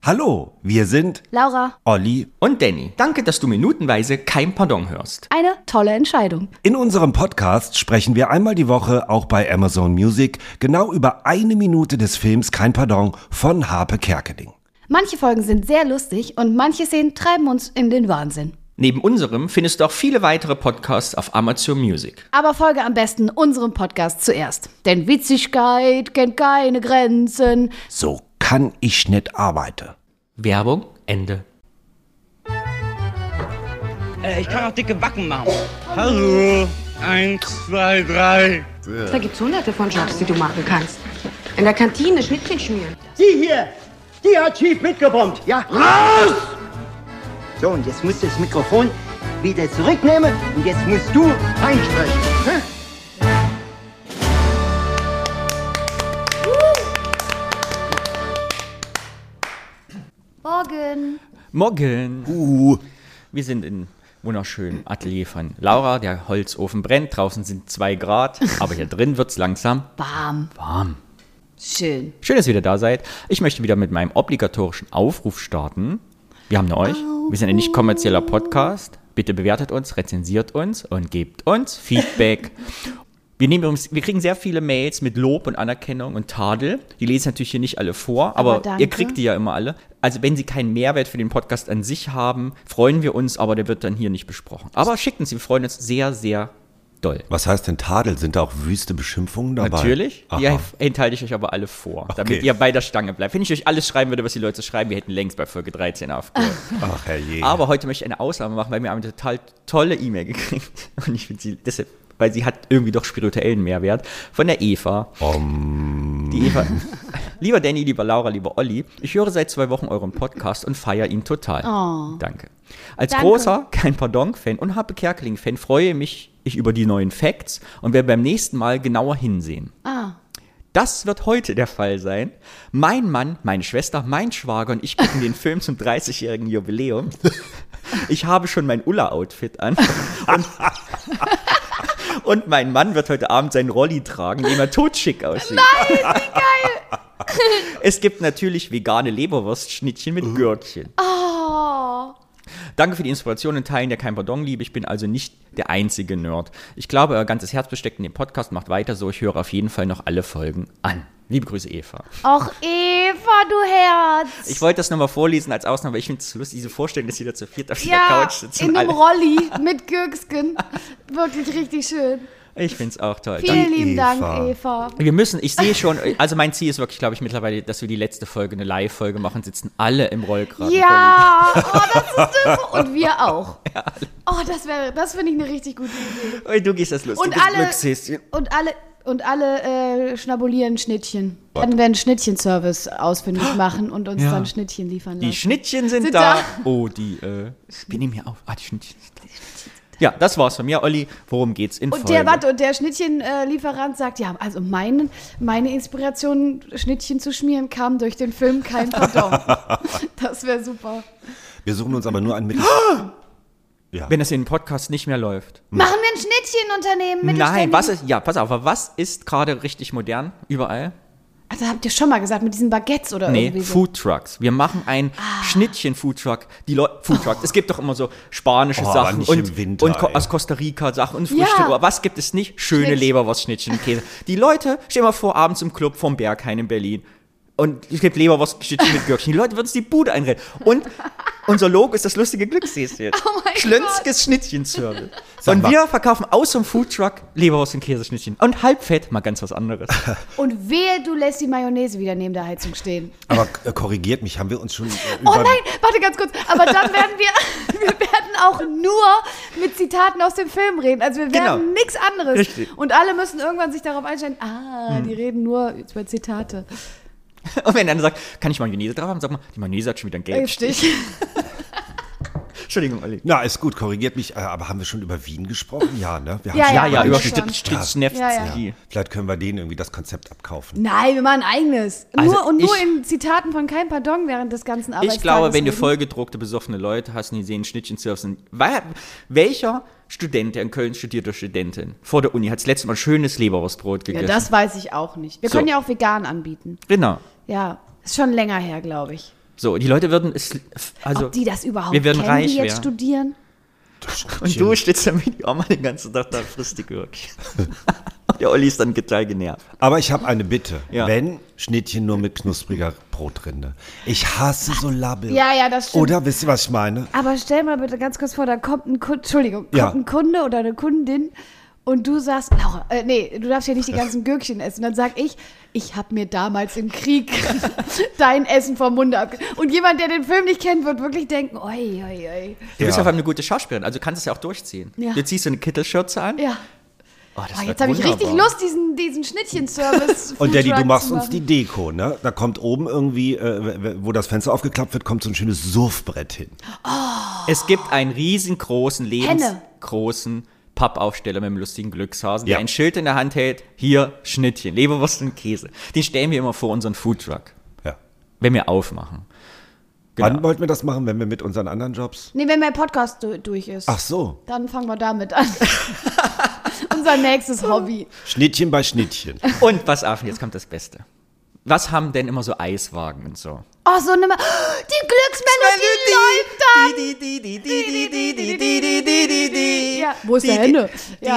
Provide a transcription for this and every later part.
Hallo, wir sind Laura Olli und Danny. Danke, dass du minutenweise kein Pardon hörst. Eine tolle Entscheidung. In unserem Podcast sprechen wir einmal die Woche auch bei Amazon Music genau über 1 Minute des Films Kein Pardon von Harpe Kerkeling. Manche Folgen sind sehr lustig und manche Szenen treiben uns in den Wahnsinn. Neben unserem findest du auch viele weitere Podcasts auf Amazon Music. Aber folge am besten unserem Podcast zuerst. Denn Witzigkeit kennt keine Grenzen. So kann ich nicht arbeiten. Werbung, Ende. Ich kann auch dicke Backen machen. Hallo, 1, 2, 3. Da gibt's hunderte von Jobs, die du machen kannst. In der Kantine Schnittchen schmieren. Sie hier, die hat schief mitgebombt, ja? Raus! So, und jetzt musst du das Mikrofon wieder zurücknehmen und jetzt musst du einsprechen. Hä? Morgen. Morgen. Wir sind im wunderschönen Atelier von Laura. Der Holzofen brennt. Draußen sind 2 Grad. Aber hier drin wird's langsam Warm. Schön. Schön, dass ihr wieder da seid. Ich möchte wieder mit meinem obligatorischen Aufruf starten. Wir haben euch. Wir sind ein nicht kommerzieller Podcast. Bitte bewertet uns, rezensiert uns und gebt uns Feedback. Wir kriegen sehr viele Mails mit Lob und Anerkennung und Tadel. Die lesen natürlich hier nicht alle vor, aber ihr kriegt die ja immer alle. Also wenn sie keinen Mehrwert für den Podcast an sich haben, freuen wir uns, aber der wird dann hier nicht besprochen. Aber schickt uns, wir freuen uns sehr, sehr doll. Was heißt denn Tadel? Sind da auch wüste Beschimpfungen dabei? Natürlich. Aha. Die enthalte ich euch aber alle vor, damit Okay. ihr bei der Stange bleibt. Wenn ich euch alles schreiben würde, was die Leute schreiben, wir hätten längst bei Folge 13 aufgehört. Ach herrje. Aber heute möchte ich eine Ausnahme machen, weil wir haben eine total tolle E-Mail gekriegt. Und ich finde sie deshalb, weil sie hat irgendwie doch spirituellen Mehrwert, von der Eva. Die Eva. Lieber Danny, lieber Laura, lieber Olli, ich höre seit 2 Wochen euren Podcast und feiere ihn total. Oh. Danke. Als Danke. großer Kein Pardon-Fan und Harpe Kerkeling-Fan freue ich über die neuen Facts und werde beim nächsten Mal genauer hinsehen. Das wird heute der Fall sein. Mein Mann, meine Schwester, mein Schwager und ich gucken den Film zum 30-jährigen Jubiläum. Ich habe schon mein Ulla-Outfit an. Und mein Mann wird heute Abend seinen Rolli tragen, dem er totschick aussieht. Nein, wie geil. Es gibt natürlich vegane Leberwurstschnittchen mit Gürkchen. Oh. Danke für die Inspiration und Teilen der Kein Pardon Liebe. Ich bin also nicht der einzige Nerd. Ich glaube, euer ganzes Herz besteckt in dem Podcast. Macht weiter so. Ich höre auf jeden Fall noch alle Folgen an. Liebe Grüße, Eva. Och, Eva, du Herz. Ich wollte das nochmal vorlesen als Ausnahme, weil ich finde es lustig, diese Vorstellung, dass sie da zu viert auf dieser Ja, Couch sitzen. in einem alle. Rolli mit Gürksken. Wirklich richtig schön. Ich finde es auch toll. Vielen lieben Eva. Dank, Eva. Ich sehe schon, also mein Ziel ist wirklich, glaube ich, mittlerweile, dass wir die letzte Folge, eine Live-Folge machen, sitzen alle im Rollkragen. Ja, oh, das ist und wir auch. Oh, das finde ich eine richtig gute Idee. Und du gehst das lustig, Und das alle, Glückshäschen. und alle schnabulieren Schnittchen. Werden wir einen Schnittchen-Service ausfindig machen und uns dann Schnittchen liefern lassen. Die Schnittchen sind Sind da. da. Oh, wir nehmen hier auf. Die Schnittchen sind da. Ja, das war's von mir, Olli. Worum geht's in Und Folge? der Schnittchenlieferant sagt, ja, also meine Inspiration, Schnittchen zu schmieren, kam durch den Film Kein Pardon. Das wäre super. Wir suchen uns aber nur ein Mittel. Wenn das in den Podcast nicht mehr läuft. Machen wir ein Schnittchenunternehmen? Nein, pass auf, aber was ist gerade richtig modern überall? Also habt ihr schon mal gesagt, mit diesen Baguettes oder irgendwie so? Food Trucks. Wir machen ein Schnittchen-Food-Truck. Food Truck. Es gibt doch immer so spanische Sachen nicht und, im Winter, und ey. aus Costa Rica Sachen und Frühstück. Ja. Was gibt es nicht? Schöne Leberwurstschnittchen und Käse. Die Leute, stell dir mal vor, abends im Club vom Berghain in Berlin. Und es gibt Leberwurstschnittchen mit Gürkchen. Die Leute würden uns die Bude einrennen. Und unser Logo ist das lustige Glückshäschen. Oh mein Schlönskes Schnittchen-Service. Sag Und mal. wir verkaufen aus dem Foodtruck Leberwurst und Käseschnittchen. Und Halbfett, mal ganz was anderes. Und wehe, du lässt die Mayonnaise wieder neben der Heizung stehen. Aber korrigiert mich, haben wir uns schon Oh nein, warte ganz kurz. Aber dann werden wir werden auch nur mit Zitaten aus dem Film reden. Also wir Genau. werden nichts anderes. Richtig. Und alle müssen irgendwann sich darauf einstellen, die reden nur über Zitate. Und wenn einer sagt, kann ich Mayonnaise drauf haben, sag mal, die Mayonnaise hat schon wieder einen Gelbstich. Richtig. Entschuldigung, Olli. Na, ist gut, korrigiert mich. Aber haben wir schon über Wien gesprochen? Ja, ne? Wir haben Ja, schon ja, Ja, über schon. Stritzschnefski. Vielleicht können wir denen irgendwie das Konzept abkaufen. Nein, wir machen ein eigenes. Also nur ich- in Zitaten von Kein Pardon während des ganzen Arbeitstages. Ich glaube, wenn du reden. vollgedruckte, besoffene Leute hast und die sehen Schnittchen-Surfs, welcher Student, der in Köln studiert oder Studentin, vor der Uni hat das letzte Mal schönes Leberwurstbrot Ja, gegessen? das weiß ich auch nicht. Wir So. können ja auch vegan anbieten. Genau. Ja, ist schon länger her, glaube ich. So, die Leute würden es, also Ob die das überhaupt wir würden kennen, reich die jetzt werden. studieren? Und du stehst am Video auch mal den ganzen Tag da, frisst die Gürkchen. Der Olli ist dann total genervt. Aber ich habe eine Bitte. Ja. Wenn, Schnittchen nur mit knuspriger Brotrinde. Ich hasse so Labbel. Ja, das stimmt. Oder, wisst ihr, was ich meine? Aber stell mal bitte ganz kurz vor, da kommt ein Kunde, Ja. ein Kunde oder eine Kundin und du sagst, Laura, du darfst ja nicht die ganzen Gürkchen essen. Dann sag ich habe mir damals im Krieg dein Essen vom Munde abgeschnitten. Und jemand, der den Film nicht kennt, wird wirklich denken, oi. Du bist ja eine gute Schauspielerin, also du kannst es ja auch durchziehen. Ja. Du ziehst so eine Kittelschürze an. Ja. Oh, das Oh, wird jetzt habe ich richtig wunderbar. Lust, diesen Schnittchen-Service Und Daddy, du Foodtruck machst zu uns machen. die Deko, ne? Da kommt oben irgendwie, wo das Fenster aufgeklappt wird, kommt so ein schönes Surfbrett hin. Es gibt einen riesengroßen, Henne. lebensgroßen Pappaufsteller mit einem lustigen Glückshasen, Ja. der ein Schild in der Hand hält, hier Schnittchen, Leberwurst und Käse. Den stellen wir immer vor unseren Foodtruck, Ja. wenn wir aufmachen. Genau. Wann wollten wir das machen, wenn wir mit unseren anderen Jobs? Nee, wenn mein Podcast durch ist. Ach so, Dann fangen wir damit an. Unser nächstes Hobby. Schnittchen bei Schnittchen. Und was, Affen, jetzt kommt das Beste. Was haben denn immer so Eiswagen und so? Oh, so eine die Glücksmelodie läuft dann. Ja, wo ist der Henne? Ja.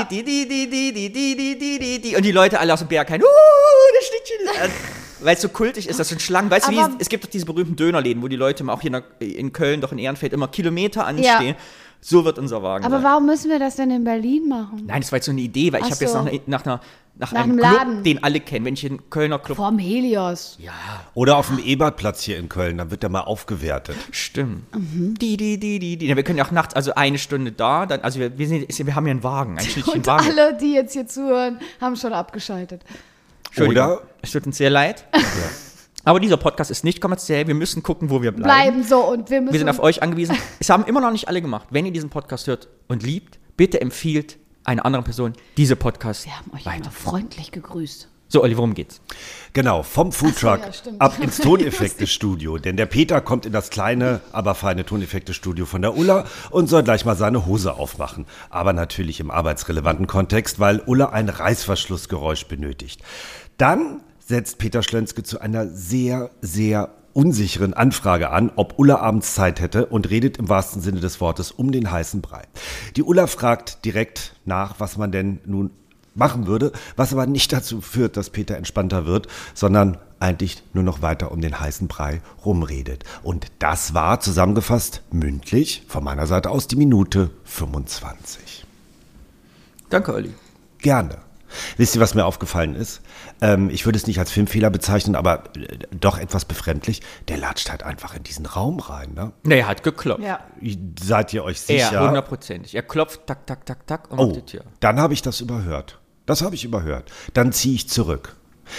Und die Leute alle aus dem Berg das Schnittchen ist an. Weil es so kultig ist, das sind Schlangen. Weißt du, Aber- es gibt doch diese berühmten Dönerläden, wo die Leute auch hier in Köln, doch in Ehrenfeld, immer Kilometer anstehen. Ja. So wird unser Wagen Aber sein. warum müssen wir das denn in Berlin machen? Nein, das war jetzt so eine Idee, weil ich Ach habe jetzt so. nach einem einem Laden. Club, den alle kennen. Wenn ich einen Kölner Club... Vorm Helios. Oder auf dem Ebertplatz hier in Köln, dann wird der mal aufgewertet. Stimmt. Mhm. Ja, wir können ja auch nachts, also eine Stunde da, dann, also wir haben ja einen Wagen, ein Schnittchen Und Wagen. alle, die jetzt hier zuhören, haben schon abgeschaltet. Entschuldigung, Oder- es tut uns sehr leid. Aber dieser Podcast ist nicht kommerziell, wir müssen gucken, wo wir bleiben. Bleiben so und wir müssen. Wir sind auf euch angewiesen. Es haben immer noch nicht alle gemacht. Wenn ihr diesen Podcast hört und liebt, bitte empfiehlt einer anderen Person diese Podcast Wir haben euch weiter. immer freundlich gegrüßt. So, Olli, worum geht's? Genau, vom Foodtruck ja, stimmt. ab ins Toneffekte-Studio. Denn der Peter kommt in das kleine, aber feine Toneffekte-Studio von der Ulla und soll gleich mal seine Hose aufmachen. Aber natürlich im arbeitsrelevanten Kontext, weil Ulla ein Reißverschlussgeräusch benötigt. Dann setzt Peter Schlönzke zu einer sehr, sehr unsicheren Anfrage an, ob Ulla abends Zeit hätte und redet im wahrsten Sinne des Wortes um den heißen Brei. Die Ulla fragt direkt nach, was man denn nun machen würde, was aber nicht dazu führt, dass Peter entspannter wird, sondern eigentlich nur noch weiter um den heißen Brei rumredet. Und das war zusammengefasst mündlich von meiner Seite aus die Minute 25. Danke, Olli. Gerne. Wisst ihr, was mir aufgefallen ist? Ich würde es nicht als Filmfehler bezeichnen, aber doch etwas befremdlich. Der latscht halt einfach in diesen Raum rein. Ne? Nee, er hat geklopft. Ja. Seid ihr euch Ja, sicher? 100%. Er klopft, tak, tak, tak, tak und Oh, macht die Tür. dann habe ich das überhört. Das habe ich überhört. Dann ziehe ich zurück.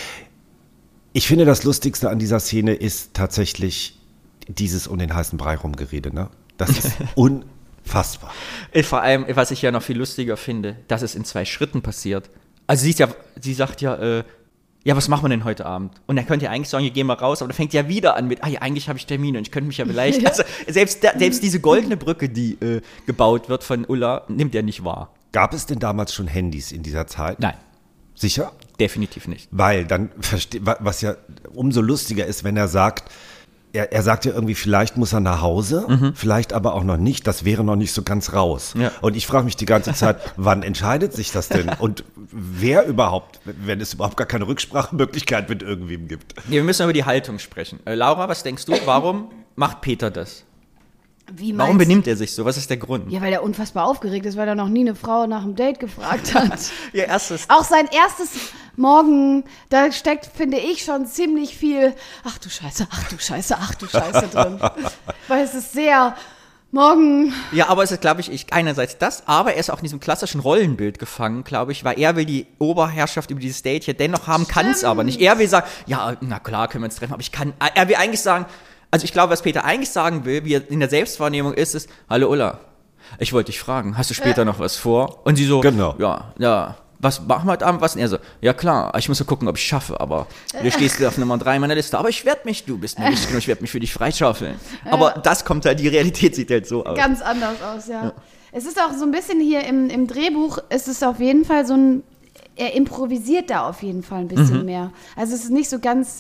Ich finde, das Lustigste an dieser Szene ist tatsächlich dieses um den heißen Brei rumgerede. Ne? Das ist unfassbar. Vor allem, was ich ja noch viel lustiger finde, dass es in 2 Schritten passiert. Also sie sagt ja, ja, was machen wir denn heute Abend? Und dann könnt ihr eigentlich sagen, hier gehen wir raus, aber dann fängt ja wieder an mit, ja, eigentlich habe ich Termine und ich könnte mich ja beleidigen. Also selbst diese goldene Brücke, die gebaut wird von Ulla, nimmt er nicht wahr. Gab es denn damals schon Handys in dieser Zeit? Nein, Sicher? definitiv nicht. Weil dann, was ja umso lustiger ist, wenn er sagt, er sagt ja irgendwie, vielleicht muss er nach Hause, vielleicht aber auch noch nicht, das wäre noch nicht so ganz raus. Ja. Und ich frage mich die ganze Zeit, wann entscheidet sich das denn? Und wer überhaupt, wenn es überhaupt gar keine Rücksprachemöglichkeit mit irgendwem gibt? Nee, wir müssen über die Haltung sprechen. Laura, was denkst du, warum macht Peter das? Wie Warum meinst- benimmt er sich so? Was ist der Grund? Ja, weil er unfassbar aufgeregt ist, weil er noch nie eine Frau nach einem Date gefragt hat. Ihr erstes. Auch sein erstes Morgen, da steckt, finde ich, schon ziemlich viel ach du Scheiße drin. Weil es ist sehr morgen. Ja, aber es ist, glaube ich, einerseits das, aber er ist auch in diesem klassischen Rollenbild gefangen, glaube ich, weil er will die Oberherrschaft über dieses Date hier dennoch haben, kann es aber nicht. Er will sagen, ja, na klar, können wir uns treffen, aber er will eigentlich sagen, also ich glaube, was Peter eigentlich sagen will, wie er in der Selbstwahrnehmung ist, hallo Ulla, ich wollte dich fragen, hast du später noch was vor? Und sie so, Genau. ja, was machen wir heute Abend? Was? Und er so, ja klar, ich muss so gucken, ob ich schaffe, aber du stehst auf Nummer 3 meiner Liste, aber du bist mir wichtig genug, ich werde mich für dich freischaufeln. Aber das kommt halt, die Realität sieht halt so aus. Ganz anders aus, ja. Es ist auch so ein bisschen hier im Drehbuch, es ist auf jeden Fall so ein, er improvisiert da auf jeden Fall ein bisschen mehr. Also es ist nicht so ganz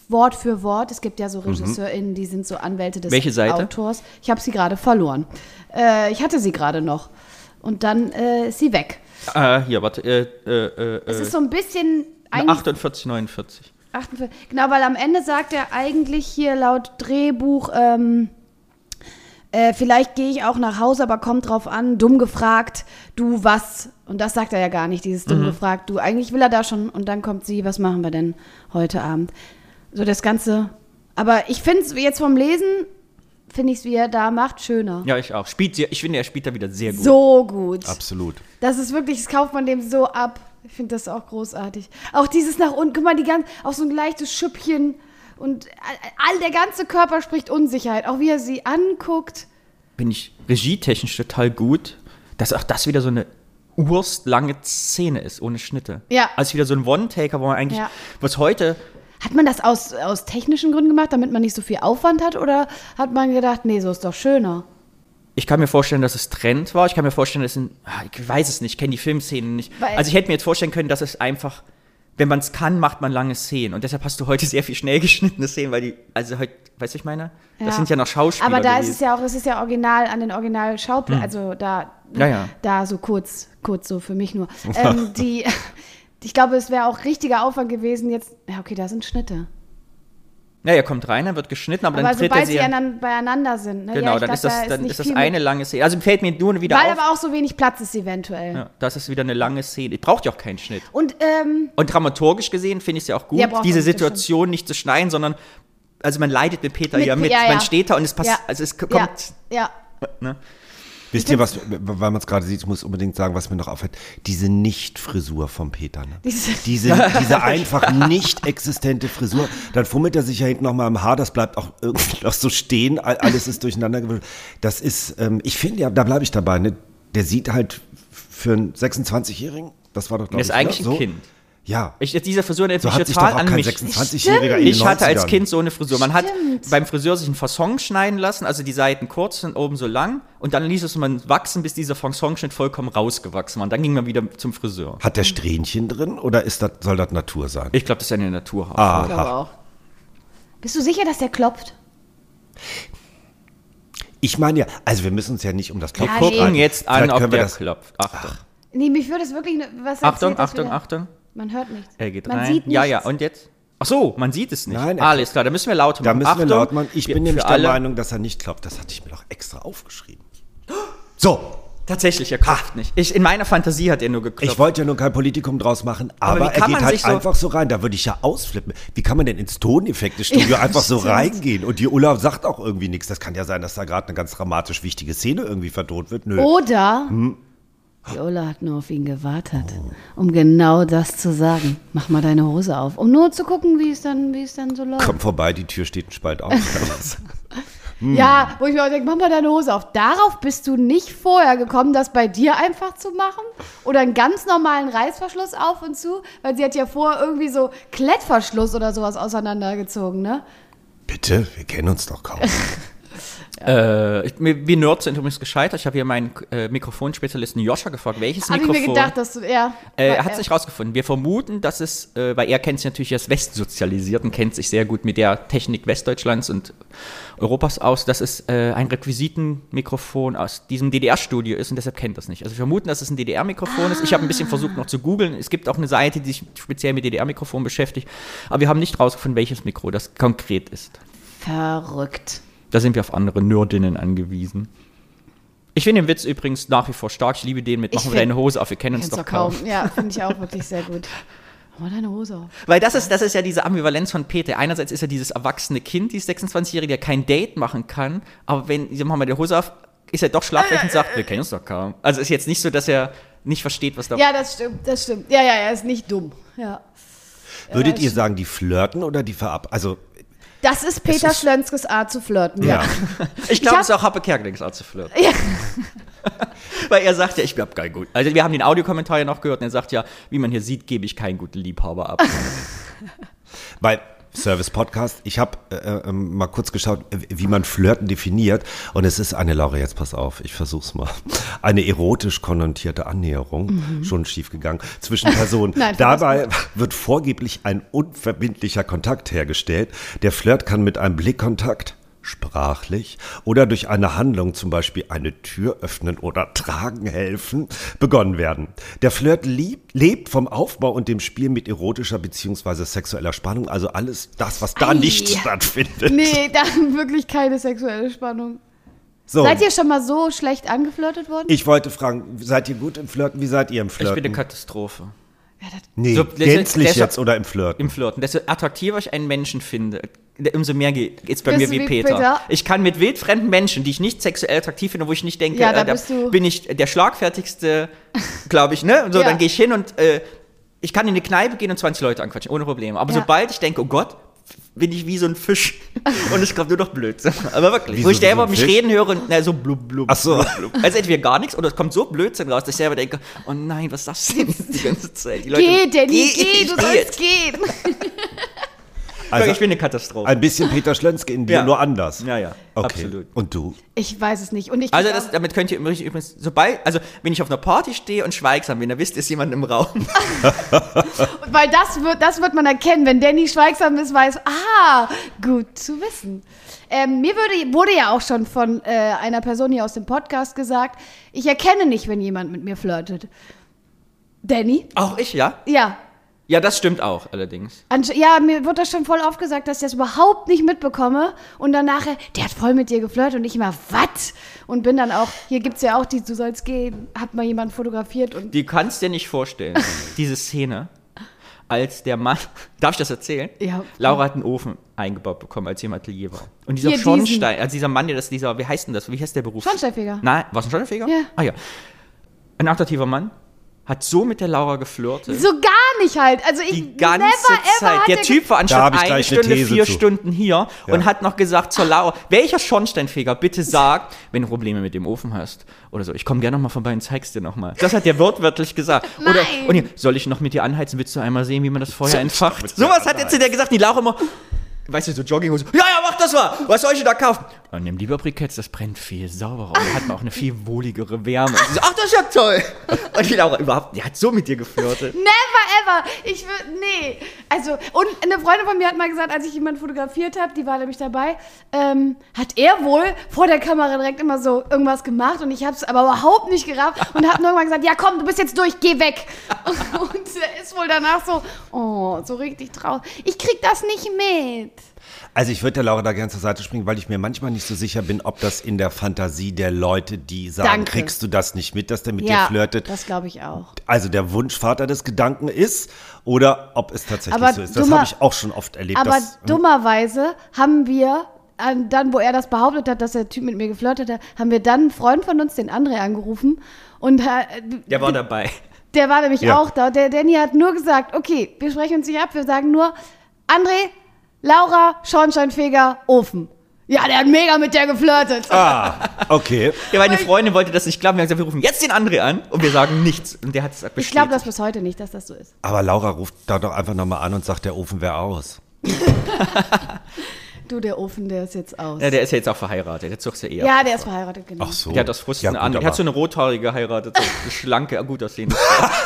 Wort für Wort. Es gibt ja so RegisseurInnen, die sind so Anwälte des Welche Seite? Autors. Ich habe sie gerade verloren. Ich hatte sie gerade noch. Und dann ist sie weg. Hier, warte. Es ist so ein bisschen... 48, 49. 48, genau, weil am Ende sagt er eigentlich hier laut Drehbuch, vielleicht gehe ich auch nach Hause, aber kommt drauf an, dumm gefragt, du was? Und das sagt er ja gar nicht, dieses dumm gefragt, du. Eigentlich will er da schon und dann kommt sie, was machen wir denn heute Abend? So das Ganze. Aber ich finde es jetzt vom Lesen, finde ich es, wie er da macht, schöner. Ja, ich auch. Ich finde, er spielt da wieder sehr gut. So gut. Absolut. Das ist wirklich, das kauft man dem so ab. Ich finde das auch großartig. Auch dieses nach unten, guck mal, auch so ein leichtes Schüppchen und der ganze Körper spricht Unsicherheit. Auch wie er sie anguckt. Bin ich regietechnisch total gut, dass auch das wieder so eine urstlange Szene ist, ohne Schnitte. Ja. Also wieder so ein One-Taker, wo man eigentlich, was heute... Hat man das aus technischen Gründen gemacht, damit man nicht so viel Aufwand hat? Oder hat man gedacht, nee, so ist doch schöner? Ich kann mir vorstellen, dass es Trend war. Ich kann mir vorstellen, dass ich weiß es nicht, ich kenne die Filmszenen nicht. Also ich hätte mir jetzt vorstellen können, dass es einfach, wenn man es kann, macht man lange Szenen. Und deshalb hast du heute sehr viel schnell geschnittene Szenen, weil heute, weißt du, ich meine? Ja. Das sind ja noch Schauspieler Aber da gewesen. ist es ja auch, es ist ja original an den Original-Schauplätzen, also da so kurz so für mich nur. Ich glaube, es wäre auch richtiger Aufwand gewesen jetzt, ja okay, da sind Schnitte. Ja, er kommt rein, dann wird geschnitten, aber dann tritt sobald er sie beieinander sind. Ne? Genau, ja, dann ist das viel eine lange Szene. Also fällt mir nur wieder weil auf. aber auch so wenig Platz ist eventuell. Ja, das ist wieder eine lange Szene. Braucht ja auch keinen Schnitt. Und dramaturgisch gesehen finde ich es ja auch gut, diese Situation nicht zu schneiden, sondern also man leidet mit Peter mit. Man steht da und es passt, also es kommt. Ja. Ne? Wisst ihr was, weil man es gerade sieht, ich muss unbedingt sagen, was mir noch auffällt, diese Nicht-Frisur vom Peter. Ne? Diese einfach nicht existente Frisur. Dann fummelt er sich ja hinten nochmal im Haar, das bleibt auch irgendwie noch so stehen, alles ist durcheinander gewürfelt. Das ist, ich finde ja, da bleibe ich dabei, ne? Der sieht halt für einen 26-Jährigen, das war doch, glaube ich, ist eigentlich ein Kind. Ja. Diese Frisur erinnert so mich hat sich total doch auch an kein mich. 26-Jähriger in den Ich hatte als 90ern. Kind so eine Frisur. Man hat beim Friseur sich einen Fasson schneiden lassen, also die Seiten kurz und oben so lang. Und dann ließ es man wachsen, bis dieser Fasonschnitt vollkommen rausgewachsen war. Und dann ging man wieder zum Friseur. Hat der Strähnchen drin oder soll das Natur sein? Ich glaube, das ist eine Naturhaarfarbe. Ich glaube auch. Bist du sicher, dass der klopft? Ich meine ja, also wir müssen uns ja nicht um das Klopfen Wir gucken streiten. jetzt an, Vielleicht ob können wir der das- klopft. Achtung. Nee, mich würde es wirklich, was Achtung, erzählt das Achtung, wieder? Achtung. Man hört nichts. Er geht Man rein. sieht Ja, nichts. ja, und jetzt? Ach so, man sieht es nicht. Nein, Alles klar, da müssen wir laut machen. Da müssen wir Achtung, laut machen. Ich bin nämlich für der alle- Meinung, dass er nicht klopft. Das hatte ich mir doch extra aufgeschrieben. So, Tatsächlich, er klopft nicht. In meiner Fantasie hat er nur geklopft. ich wollte ja nur kein Politikum draus machen, aber wie er kann geht man halt sich so- einfach so rein. Da würde ich ja ausflippen. Wie kann man denn ins Toneffekte-Studio einfach so reingehen? Und die Ulla sagt auch irgendwie nichts. Das kann ja sein, dass da gerade eine ganz dramatisch wichtige Szene irgendwie verdroht wird. Nö. Oder die Ulla hat nur auf ihn gewartet, um genau das zu sagen. Mach mal deine Hose auf. Um nur zu gucken, wie es dann so läuft. Komm vorbei, die Tür steht ein Spalt auf. Ja, wo ich mir auch denke, mach mal deine Hose auf. Darauf bist du nicht vorher gekommen, das bei dir einfach zu machen? Oder einen ganz normalen Reißverschluss auf und zu? Weil sie hat ja vorher irgendwie so Klettverschluss oder sowas auseinandergezogen, ne? Bitte, wir kennen uns doch kaum. Wir Nerds sind übrigens gescheitert. Ich habe hier meinen Mikrofonspezialisten Joscha gefragt, welches Hab Mikrofon. ich mir gedacht, dass du, Er hat es nicht rausgefunden. Wir vermuten, dass es, weil er kennt sich natürlich als Westsozialisiert und kennt sich sehr gut mit der Technik Westdeutschlands und Europas aus, dass es ein Requisitenmikrofon aus diesem DDR-Studio ist und deshalb kennt das nicht. Also wir vermuten, dass es ein DDR-Mikrofon ist. Ich habe ein bisschen versucht noch zu googeln. Es gibt auch eine Seite, die sich speziell mit DDR-Mikrofonen beschäftigt. Aber wir haben nicht rausgefunden, welches Mikro das konkret ist. Verrückt. Da sind wir auf andere Nerdinnen angewiesen. Ich finde den Witz übrigens nach wie vor stark. Ich liebe den mit machen wir deine Hose auf, wir kennen uns Kennst doch du kaum. Ja, finde ich auch wirklich sehr gut. Mach mal deine Hose auf. Weil das ist ja diese Ambivalenz von Peter. Einerseits ist er dieses erwachsene Kind, dieses 26-Jährige, der kein Date machen kann, aber wenn, machen wir die Hose auf, ist er doch schlapprig und sagt, wir kennen uns doch kaum. Also ist jetzt nicht so, dass er nicht versteht, was da... Ja, das stimmt. Ja, er ist nicht dumm. Ja. Würdet ihr sagen, die flirten oder die Also, Das ist Peter Schlönskes Art zu flirten, ja. Ich glaube, es ist auch Happe Kerkelings Art zu flirten. Ja. Weil er sagt ja, ich habe keinen guten... Also wir haben den Audiokommentar ja noch gehört und er sagt ja, wie man hier sieht, gebe ich keinen guten Liebhaber ab. weil Service-Podcast. Ich habe mal kurz geschaut, wie man Flirten definiert. Und es ist Laura, jetzt pass auf, ich versuch's mal. Eine erotisch konnotierte Annäherung, schon schief gegangen, zwischen Personen. Nein, Dabei wird vorgeblich ein unverbindlicher Kontakt hergestellt. Der Flirt kann mit einem Blickkontakt, sprachlich oder durch eine Handlung, zum Beispiel eine Tür öffnen oder tragen helfen, begonnen werden. Der Flirt lebt vom Aufbau und dem Spiel mit erotischer bzw. sexueller Spannung, also alles das, was da nicht stattfindet. Nee, da wirklich keine sexuelle Spannung. So, Seid ihr schon mal so schlecht angeflirtet worden? ich wollte fragen, seid ihr gut im Flirten? Wie seid ihr im Ich Flirten? bin eine Katastrophe. Ja, das, Nee, So, gänzlich deshalb- jetzt oder im Flirten? Im Flirten. Desto attraktiver ich einen Menschen finde, umso mehr geht's bei Bist mir du wie wie Peter. Peter? Ich kann mit wildfremden Menschen, die ich nicht sexuell attraktiv finde, wo ich nicht denke, Ja, da da bist du- bin ich der schlagfertigste, glaube ich, ne? Und so, Ja. dann gehe ich hin und ich kann in eine Kneipe gehen und 20 Leute anquatschen, ohne Probleme. Aber Ja. sobald ich denke, oh Gott, bin ich wie so ein Fisch und es kommt nur noch Blödsinn. Aber wirklich. Wieso Wo ich selber wie so ein mich Fisch? reden höre und so blub, blub, Ach so. blub, blub. Also entweder gar nichts oder es kommt so Blödsinn raus, dass ich selber denke, oh nein, was ist das denn die ganze Zeit? Die Leute, geh, Danny, geh, ich du geh sollst jetzt. gehen. Also, Ich bin eine Katastrophe. ein bisschen Peter Schlönske in dir, Ja. nur anders. Ja, ja, Okay. absolut. Und du? Ich weiß es nicht. Und ich Also krieg damit könnt ihr übrigens, wenn ich auf einer Party stehe und schweigsam bin, dann wisst ihr, ist jemand im Raum. weil das wird man erkennen, wenn Danny schweigsam ist, weiß, gut zu wissen. Mir wurde ja auch schon von einer Person hier aus dem Podcast gesagt, ich erkenne nicht, wenn jemand mit mir flirtet. Danny? Auch ich, ja? Ja. Ja, das stimmt auch, allerdings. Ja, mir wird das schon voll oft gesagt, dass ich das überhaupt nicht mitbekomme. Und dann nachher, der hat voll mit dir geflirtet und ich immer, was? Und bin dann auch, hier gibt's ja auch die, du sollst gehen, hat mal jemand fotografiert und Die kannst dir nicht vorstellen, diese Szene, als der Mann, darf ich das erzählen? Ja. Laura hat einen Ofen eingebaut bekommen, als sie im Atelier war. Und dieser Hier, Schornstein, also dieser Mann, wie heißt denn das? Wie heißt der Beruf? Schornsteinfeger. Nein, war es ein Schornsteinfeger? Ja. Ah ja. Ein attraktiver Mann hat so mit der Laura geflirtet. so gar nicht halt. Also ich Die ganze never, ever Zeit. hat Der Typ war Da anstatt hab ich eine gleich eine Stunde, These 4 zu. Stunden hier und hat noch gesagt zur Laura, welcher Schornsteinfeger bitte sagt, wenn du Probleme mit dem Ofen hast oder so, ich komme gerne noch mal vorbei und zeig's dir noch mal. Das hat der wortwörtlich gesagt. Oder Nein. und hier, soll ich noch mit dir anheizen, willst du einmal sehen, wie man das Feuer entfacht? Sowas hat er zu der gesagt, die Laura immer, weißt du, so Jogginghose, ja, mach das mal, was soll ich denn da kaufen? Und nimm lieber Briketts, das brennt viel sauberer und hat auch eine viel wohligere Wärme. Und sie so, ach, das ist ja toll. Und die Laura die hat so mit dir geflirtet. Never ever. Nee. Also, und eine Freundin von mir hat mal gesagt, als ich jemanden fotografiert habe, die war nämlich dabei, hat er wohl vor der Kamera direkt immer so irgendwas gemacht und ich habe es aber überhaupt nicht gerafft und habe nur irgendwann gesagt, ja komm, du bist jetzt durch, geh weg. Und er ist wohl danach so, so richtig traurig. Ich krieg das nicht mit. Also ich würde der Laura da gerne zur Seite springen, weil ich mir manchmal nicht so sicher bin, ob das in der Fantasie der Leute, die sagen, Danke. kriegst du das nicht mit, dass der mit dir Ja, flirtet, das glaube ich auch. also der Wunschvater des Gedanken ist oder ob es tatsächlich Aber so ist. Das dummer- habe ich auch schon oft erlebt. Aber dass, dummerweise haben wir, dann wo er das behauptet hat, dass der Typ mit mir geflirtet hat, haben wir dann einen Freund von uns, den André, angerufen und Der war dabei. der war nämlich Ja. auch da. Der Danny hat nur gesagt, okay, wir sprechen uns nicht ab, wir sagen nur, André, Laura, Schornsteinfeger, Ofen. Ja, der hat mega mit der geflirtet. okay. Ja, meine Freundin wollte das nicht glauben. Wir haben gesagt, wir rufen jetzt den André an und wir sagen nichts. Und der hat es bestätigt. Ich glaube das bis heute nicht, dass das so ist. Aber Laura ruft da doch einfach nochmal an und sagt, der Ofen wäre aus. Du, der Ofen, der ist jetzt aus. Ja, der ist ja jetzt auch verheiratet. Der zog's ja eher. Ja, der ist verheiratet, genau. Ach so. Der hat das Frust Ja, eine gut, andere. Der hat aber- so eine rothaarige geheiratet, so eine schlanke, gut aussehende.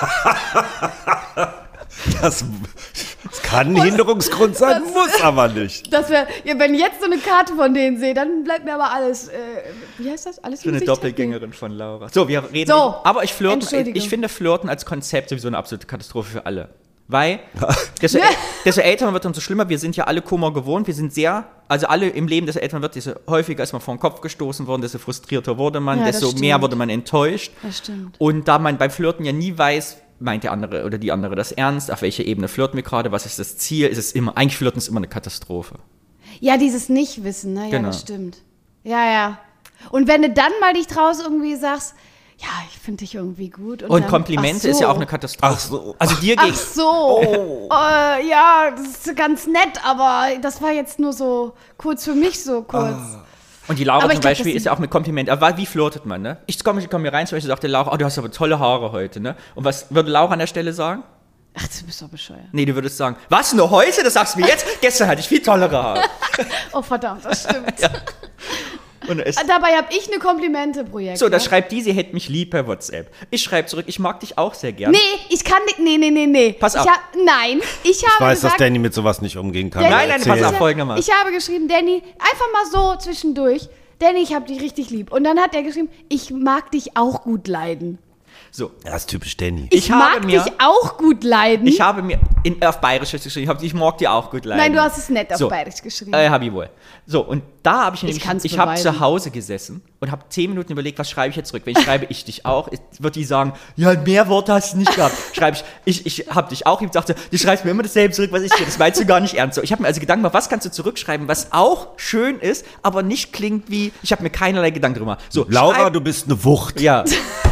Das kann ein Hinderungsgrund sein, muss aber nicht. Das wär, ja, wenn ich jetzt so eine Karte von denen sehe, dann bleibt mir aber alles, wie heißt das? Alles So eine im Gesicht Doppelgängerin von Laura. So, wir reden. So, aber ich Entschuldigung. finde Flirten als Konzept sowieso eine absolute Katastrophe für alle. Weil, desto älter man wird, umso schlimmer. Wir sind ja alle Kummer gewohnt. Wir sind also alle im Leben, desto älter man wird, desto häufiger ist man vor den Kopf gestoßen worden, desto frustrierter wurde man, Ja, das desto mehr stimmt. wurde man enttäuscht. Das stimmt. Und da man beim Flirten ja nie weiß, meint der andere oder die andere das ernst, auf welcher Ebene flirten wir gerade, was ist das Ziel, eigentlich Flirten ist immer eine Katastrophe. Ja, dieses Nichtwissen, ne? Ja, Genau. das stimmt. Ja. Und wenn du dann mal dich traust, irgendwie sagst, ja, ich finde dich irgendwie gut. Und dann, Komplimente ach so. ist ja auch eine Katastrophe. Ach so. Also dir Ach gegen. so. Ja, das ist ganz nett, aber das war jetzt nur so kurz für mich so kurz. Und die Laura Aber zum ich glaub, Beispiel das ist ja auch mit Kompliment. Aber wie flirtet man, ne? Ich komme hier rein, zum Beispiel sagt der Laura, oh, du hast aber tolle Haare heute, ne? Und was würde Laura an der Stelle sagen? Ach, du bist doch bescheuert. Nee, du würdest sagen, was, nur heute? Das sagst du mir jetzt? Gestern hatte ich viel tollere Haare. Oh, verdammt, das stimmt. Und Dabei habe ich eine Komplimente-Projekt. so, da schreibt die, sie hätte mich lieb per WhatsApp. Ich schreibe zurück, ich mag dich auch sehr gern. Nee, ich kann nicht. Nee. Pass auf. Ich habe Ich weiß, dass gesagt, Danny mit sowas nicht umgehen kann. Danny, Nein, Erzähl. pass auf, folgendermaßen. ich habe geschrieben, Danny, einfach mal so zwischendurch. Danny, ich habe dich richtig lieb. Und dann hat er geschrieben, ich mag dich auch gut leiden. So, Das ist typisch Danny. Ich habe mag mir- dich auch gut leiden. ich habe mir auf Bayerisch geschrieben, ich mag dir auch gut leiden. Nein, du hast es nett auf So. Bayerisch geschrieben. Hab ich wohl. So, und da habe ich kann's ich habe beweisen. zu Hause gesessen und habe 10 Minuten überlegt, was schreibe ich jetzt zurück. Wenn ich schreibe, ich dich auch, wird die sagen, ja, mehr Worte hast du nicht gehabt. Schreibe ich habe dich auch lieb, sagte, du schreibst mir immer dasselbe zurück, was ich dir, das meinst du gar nicht ernst. So, ich habe mir also Gedanken gemacht, was kannst du zurückschreiben, was auch schön ist, aber nicht klingt wie, ich habe mir keinerlei Gedanken drüber gemacht. So, Laura, du bist eine Wucht. ja.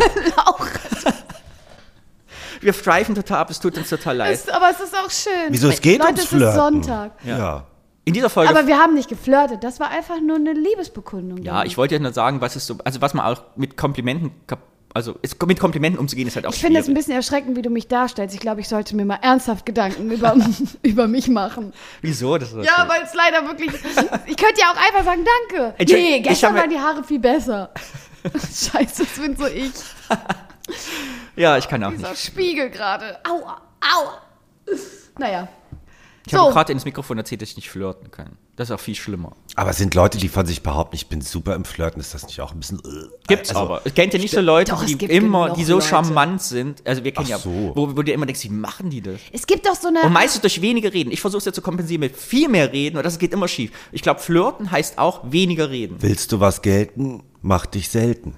Wir streifen total ab, es tut uns total leid. Aber es ist auch schön. Wieso? Es geht Leute, ums es ist Flirten. Sonntag. Ja. In dieser Folge. Aber wir haben nicht geflirtet. Das war einfach nur eine Liebesbekundung. ja, ich wollte ja nur sagen, was ist so, also was man auch mit Komplimenten, mit Komplimenten umzugehen, ist halt auch Ich finde es ein schwierig. bisschen erschreckend, wie du mich darstellst. Ich glaube, ich sollte mir mal ernsthaft Gedanken über mich machen. Wieso? Das ist Ja, weil es leider wirklich... Ich könnte ja auch einfach sagen, danke. Entschuldigung, Nee, ich gestern habe- waren die Haare viel besser. Scheiße, das bin so ich. Ja, ich kann auch Dieser nicht. Spiegel gerade. Aua, aua. Naja. Ich habe gerade ins Mikrofon erzählt, dass ich nicht flirten kann. Das ist auch viel schlimmer. Aber es sind Leute, die von sich behaupten, ich bin super im Flirten. Ist das nicht auch ein bisschen... Gibt's aber. Kennt ihr nicht so Leute, Doch, es die gibt immer, genug die so Leute. charmant sind? Also wir kennen Ach ja, so. wo du dir immer denkst, wie machen die das? Es gibt doch so eine... Und meistens durch wenige Reden. Ich versuche es ja zu kompensieren mit viel mehr Reden und das geht immer schief. Ich glaube, flirten heißt auch weniger reden. Willst du was gelten, mach dich selten.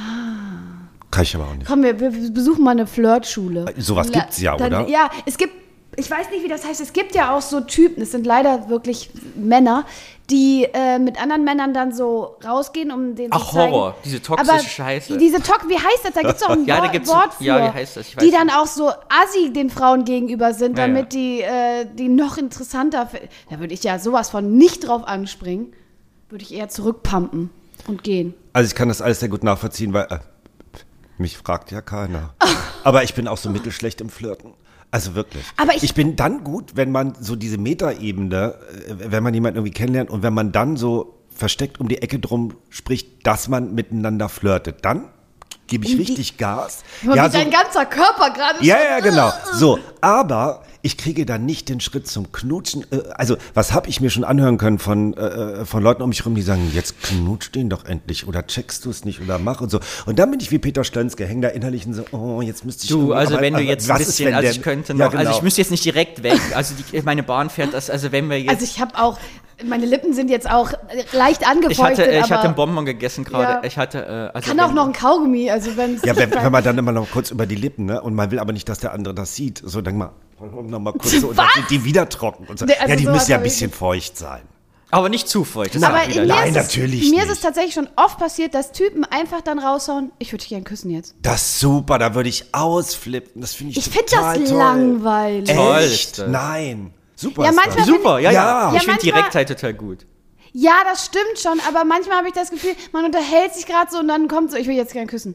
Kann ich aber auch nicht. Komm, wir besuchen mal eine Flirtschule. Sowas gibt's ja, oder? Ja, es gibt, ich weiß nicht, wie das heißt, es gibt ja auch so Typen, es sind leider wirklich Männer, die mit anderen Männern dann so rausgehen, um den Ach, zu zeigen. Horror, diese toxische Aber Scheiße. Wie heißt das? Da gibt es auch ein Ja, da gibt's- Wort für. ja, wie heißt das? Ich weiß die dann nicht. auch so assi den Frauen gegenüber sind, Ja, damit die noch interessanter... Da würde ich ja sowas von nicht drauf anspringen. Würde ich eher zurückpumpen und gehen. Also ich kann das alles sehr gut nachvollziehen, weil mich fragt ja keiner. Aber ich bin auch so mittelschlecht im Flirten. Also wirklich. Aber ich bin dann gut, wenn man so diese Metaebene, wenn man jemanden irgendwie kennenlernt und wenn man dann so versteckt um die Ecke drum spricht, dass man miteinander flirtet. Dann gebe ich richtig Gas. Wie dein ganzer Körper gerade Ja, schon- ja, genau. So, aber ich kriege dann nicht den Schritt zum Knutschen. Also, was habe ich mir schon anhören können von Leuten um mich herum, die sagen, jetzt knutscht den doch endlich oder checkst du es nicht oder mach und so. Und dann bin ich wie Peter Stönske, häng da innerlich und so, oh, jetzt müsste ich... Du, irgendwie- also aber- wenn du aber jetzt was ein ist, bisschen, wenn also der- ich könnte Ja, noch, also genau. ich müsste jetzt nicht direkt weg, also meine Bahn fährt das, also wenn wir jetzt... Also ich habe auch, meine Lippen sind jetzt auch leicht angefeuchtet, ich hatte aber einen Bonbon gegessen gerade. Ja. Ich hatte, also kann auch noch ein Kaugummi, also wenn Ja, wenn man dann immer noch kurz über die Lippen, ne? Und man will aber nicht, dass der andere das sieht. So, dann mal kurz so, und dann sind die wieder trocken. Und so. Nee, also ja, die sowas müssen ja ein hab ich bisschen nicht. feucht sein. aber nicht zu feucht. Das aber ist auch wieder mir, Nein, ist es, natürlich mir ist nicht. es tatsächlich schon oft passiert, dass Typen einfach dann raushauen, ich würde dich gerne küssen jetzt. Das ist super, da würde ich ausflippen. Das finde ich Ich finde total das toll. langweilig. Toll Echt? ist das. Nein. Super Ja, ist manchmal das. Super, ja. Ja. Ich finde manchmal- Direktheit total gut. Ja, das stimmt schon, aber manchmal habe ich das Gefühl, man unterhält sich gerade so und dann kommt so, ich will jetzt gerne küssen.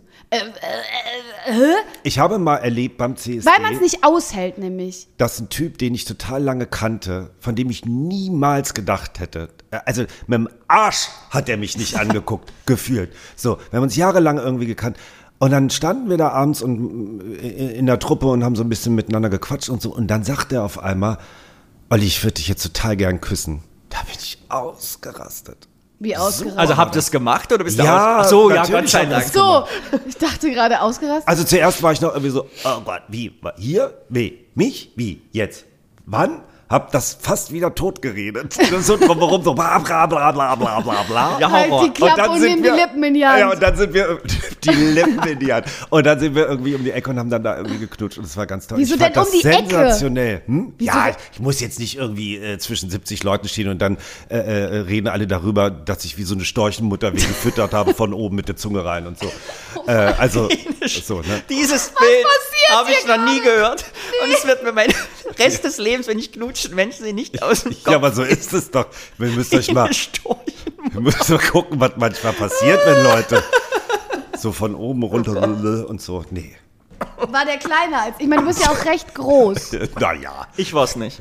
Ich habe mal erlebt beim CSD, Weil man es nicht aushält, nämlich. dass ein Typ, den ich total lange kannte, von dem ich niemals gedacht hätte, also mit dem Arsch hat er mich nicht angeguckt, gefühlt. So, wir haben uns jahrelang irgendwie gekannt. Und dann standen wir da abends und in der Truppe und haben so ein bisschen miteinander gequatscht und so. Und dann sagt er auf einmal, Olli, ich würde dich jetzt total gern küssen. Da bin ich ausgerastet. Wie ausgerastet. Also habt ihr es gemacht oder bist du Ja, Ach so, ja, natürlich Gott sei haben wir Dank. es so, ich dachte gerade ausgerastet. Also zuerst war ich noch irgendwie so, oh Gott, wie, hier, wie, mich, wie, jetzt, wann? Hab das fast wieder tot geredet. So drumherum, so bla bla bla bla bla bla bla. Ja, Halt Horror. die Klappe und nimm die Lippen in die Hand. Ja, und dann sind wir, die Lippen in die Hand. Und dann sind wir irgendwie um die Ecke und haben dann da irgendwie geknutscht. Und das war ganz toll. Wieso Ich fand denn um das die Ecke? sensationell. Hm? Wieso Ja, denn? ich muss jetzt nicht irgendwie zwischen 70 Leuten stehen und dann reden alle darüber, dass ich wie so eine Storchenmutter wie gefüttert habe von oben mit der Zunge rein und so. Also, so, ne? Dieses Bild passiert habe ich hier noch nie gehört. Und es wird mir mein Rest des Lebens, wenn ich knutsche, Menschen sie nicht aus dem Kopf. Ja, aber so ist es doch. Wir müssen euch mal, Eine Storchenmutter. wir müssen mal gucken, was manchmal passiert, wenn Leute so von oben runter und so. Nee. war der kleiner als... Ich meine, du bist ja auch recht groß. Naja, Ich war's nicht.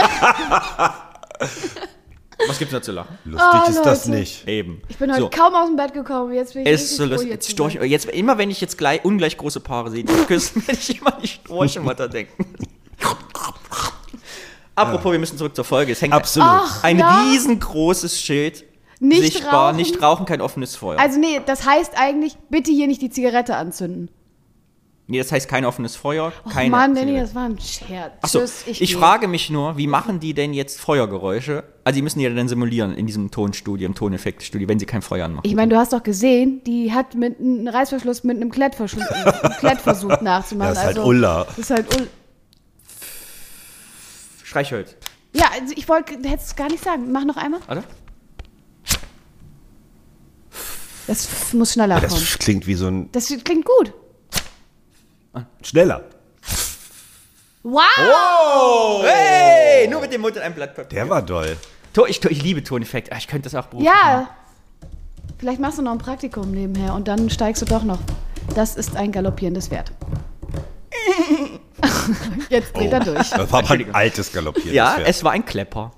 Was gibt's da zu lachen? lustig ist das Leute. nicht. Eben. Ich bin heute So. kaum aus dem Bett gekommen. Jetzt bin ich Es ist so richtig froh, lustig. hier Jetzt zu Storch, sein. jetzt, immer wenn ich jetzt gleich ungleich große Paare sehe, die küssen, werde ich immer die Storchenmutter denken. Apropos, wir müssen zurück zur Folge. Es hängt Absolut. ein ja? riesengroßes Schild. Nicht sichtbar, rauchen? nicht rauchen, kein offenes Feuer. Also nee, das heißt eigentlich, bitte hier nicht die Zigarette anzünden. Nee, das heißt kein offenes Feuer, Oh keine Mann, Danny, Zigarette. das war ein Scherz. Achso, Tschüss, ich gehe. frage mich nur, wie machen die denn jetzt Feuergeräusche? Also die müssen die ja dann simulieren in diesem Tonstudio, im Toneffektstudio, wenn sie kein Feuer anmachen. Ich meine, du hast doch gesehen, die hat mit einem Reißverschluss mit einem Klettversuch nachzumachen. Das ist halt also, Ulla. Das ist halt Ulla. Streichholz. Ja, also ich wollte, du hättest es gar nicht sagen. Mach noch einmal. Warte. Das muss schneller kommen. Das klingt wie so ein Das klingt gut. schneller. Wow! Oh! Hey! Nur mit dem Mund in einem Blatt Papier. Der war doll. Ich liebe Toneffekte. Ich könnte das auch beruflich Ja. machen. Vielleicht machst du noch ein Praktikum nebenher und dann steigst du doch noch. Das ist ein galoppierendes Pferd. Jetzt dreht er durch. Das war aber ein altes Galoppieren. Ja, es war ein Klepper.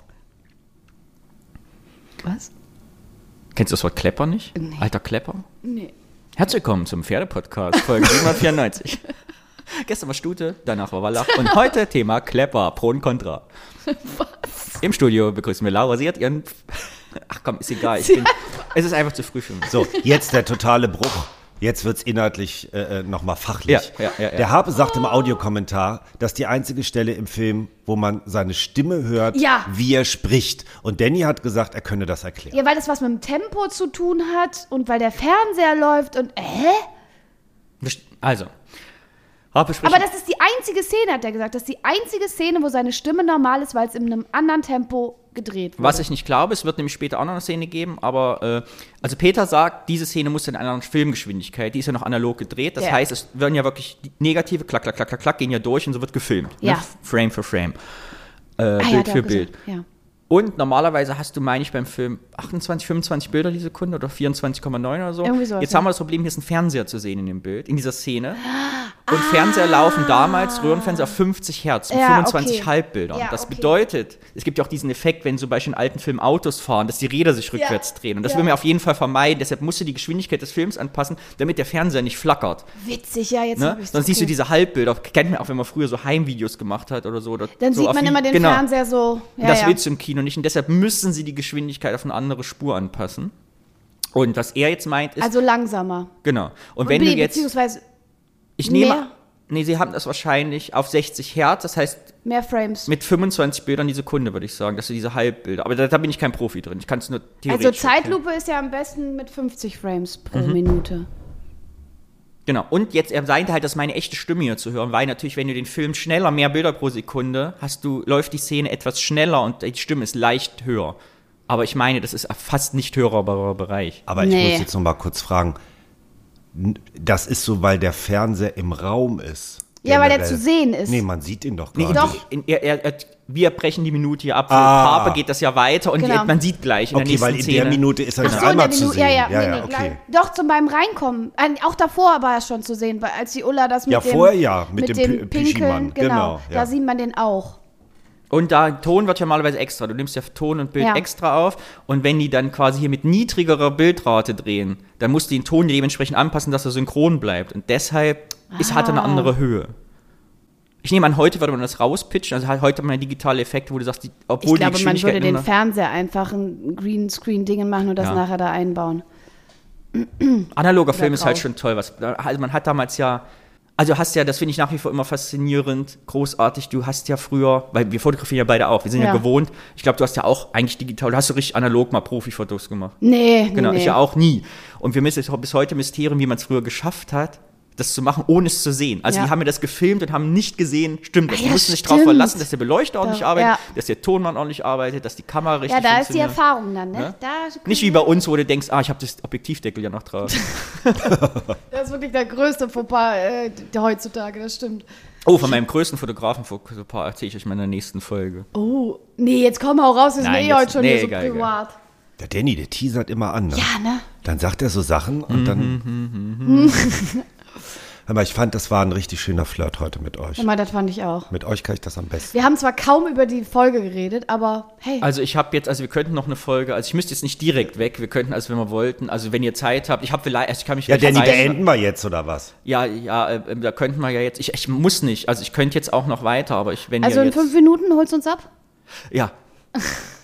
Was? Kennst du das Wort Klepper nicht? Nee. Alter Klepper? Nee. Herzlich willkommen zum Pferdepodcast, Folge 794. Gestern war Stute, danach war Wallach und heute Thema Klepper, Pro und Contra. Was? Im Studio begrüßen wir Laura. Sie hat ihren... Ach komm, ist egal. Es ist einfach zu früh für mich. So, jetzt der totale Bruch. Jetzt wird's inhaltlich nochmal fachlich. Ja. Der Habe sagt im Audiokommentar, dass die einzige Stelle im Film, wo man seine Stimme hört, Ja. wie er spricht. Und Danny hat gesagt, er könne das erklären. Ja, weil das was mit dem Tempo zu tun hat und weil der Fernseher läuft und. Also, Harpe spricht... Aber das ist die einzige Szene, hat er gesagt. Das ist die einzige Szene, wo seine Stimme normal ist, weil es in einem anderen Tempo gedreht wurde. Was ich nicht glaube, es wird nämlich später auch noch eine Szene geben, aber also Peter sagt, diese Szene muss in einer anderen Filmgeschwindigkeit, die ist ja noch analog gedreht, das Ja. heißt, es werden ja wirklich die negative klack, klack, klack, klack, klack, gehen ja durch und so wird gefilmt, Ja. ne? Frame für Frame, ja, Bild hat er für auch Bild. gesagt. Ja. Und normalerweise hast du, meine ich, beim Film 28, 25 Bilder die Sekunde oder 24,9 oder so. Irgendwie sowas, Jetzt ja. haben wir das Problem, hier ist ein Fernseher zu sehen in dem Bild, in dieser Szene. Und Fernseher laufen damals, Röhrenfernseher, auf 50 Hertz mit Ja, 25 okay. Halbbildern. Ja, Das okay. bedeutet, es gibt ja auch diesen Effekt, wenn zum Beispiel in alten Filmen Autos fahren, dass die Räder sich rückwärts drehen. Und das will man auf jeden Fall vermeiden. Deshalb musst du die Geschwindigkeit des Films anpassen, damit der Fernseher nicht flackert. Witzig, ja, jetzt Ne? hab ich's. Sonst siehst du Okay. diese Halbbilder, kennt man auch, wenn man früher so Heimvideos gemacht hat oder so. Oder Dann so sieht auf man Video- immer den Genau. Fernseher so. Ja, Das ja. willst du im Kino nicht und deshalb müssen sie die Geschwindigkeit auf eine andere Spur anpassen. Und was er jetzt meint ist, Also langsamer. genau. Und wenn du jetzt, Beziehungsweise ich nehme, mehr? nee, sie haben das wahrscheinlich auf 60 Hertz, das heißt mehr Frames. mit 25 Bildern die Sekunde, würde ich sagen, dass du diese Halbbilder, aber da bin ich kein Profi drin, ich kann es nur theoretisch Also erklären. Zeitlupe ist ja am besten mit 50 Frames pro Minute. Genau, und jetzt, er meinte halt, das ist meine echte Stimme hier zu hören, weil natürlich, wenn du den Film schneller, mehr Bilder pro Sekunde, läuft die Szene etwas schneller und die Stimme ist leicht höher. Aber ich meine, das ist fast nicht hörbarer Bereich. Aber ich Nee. muss jetzt noch mal kurz fragen. Das ist so, weil der Fernseher im Raum ist. Ja, weil der Generell. zu sehen ist. Nee, man sieht ihn doch Nee, gar doch. nicht. Wir brechen die Minute hier ab. Für Ah. Harpe geht das ja weiter und Genau. man sieht gleich in der Okay, nächsten weil in Szene. der Minute ist er Ach nicht so, in der einmal zu Minute. sehen. Ja, ja, klar. okay. Doch, zum beim Reinkommen. Auch davor war er schon zu sehen, weil als die Ulla das mit Ja, dem vorher ja, mit dem Pinkeln, Pischimann, genau, ja. Da sieht man den auch. Und da Ton wird ja normalerweise extra. Du nimmst ja Ton und Bild Ja. extra auf. Und wenn die dann quasi hier mit niedrigerer Bildrate drehen, dann musst du den Ton dementsprechend anpassen, dass er synchron bleibt. Und deshalb hat er eine andere Höhe. Ich nehme an, heute würde man das rauspitchen. Also heute hat man digitale Effekte, wo du sagst, obwohl Ich glaube, die man Geschwindigkeit würde den Fernseher einfach ein Greenscreen-Ding machen und das Ja. nachher da einbauen. analoger Film ist halt grau. schon toll. Also man hat damals ja, also hast ja, das finde ich nach wie vor immer faszinierend, großartig. Du hast ja früher, weil wir fotografieren ja beide auch, wir sind ja Ja. gewohnt. Ich glaube, du hast ja auch eigentlich digital, du hast so richtig analog mal Profifotos gemacht. Nee, Genau, nee. ich ja auch nie. Und wir müssen bis heute Mysterium, wie man es früher geschafft hat, das zu machen, ohne es zu sehen. Also Ja. die haben mir das gefilmt und haben nicht gesehen, stimmt das. Ah Die ja, mussten sich darauf stimmt. verlassen, dass der Beleuchter ordentlich Da- arbeitet, ja. dass der Tonmann ordentlich arbeitet, dass die Kamera richtig Ja, da ist die funktioniert. Erfahrung dann, ne? Ja? Da Nicht wie bei uns, wo du denkst, ich habe das Objektivdeckel ja noch drauf. Das ist wirklich der größte Fauxpas heutzutage, das stimmt. Oh, von meinem größten Fotografen-Fauxpas erzähle ich euch mal in der nächsten Folge. Oh, nee, jetzt komm auch raus, wir sind Nein, eh jetzt- heute schon nee, hier so egal, egal. privat. Der Danny, der teasert immer an. Ne? Ja, ne? Dann sagt er so Sachen und dann. Hör mal, ich fand, das war ein richtig schöner Flirt heute mit euch. Guck mal, das fand ich auch. Mit euch kann ich das am besten. Wir haben zwar kaum über die Folge geredet, aber hey. Also wir könnten noch eine Folge, also ich müsste jetzt nicht direkt weg, wir könnten, also wenn wir wollten, also wenn ihr Zeit habt, ich kann mich Ja, Danny, vielleicht beenden wir jetzt, oder was? Ja, da könnten wir ja jetzt, ich muss nicht, also ich könnte jetzt auch noch weiter, aber wenn Also ihr in jetzt... 5 Minuten holst du uns ab? Ja.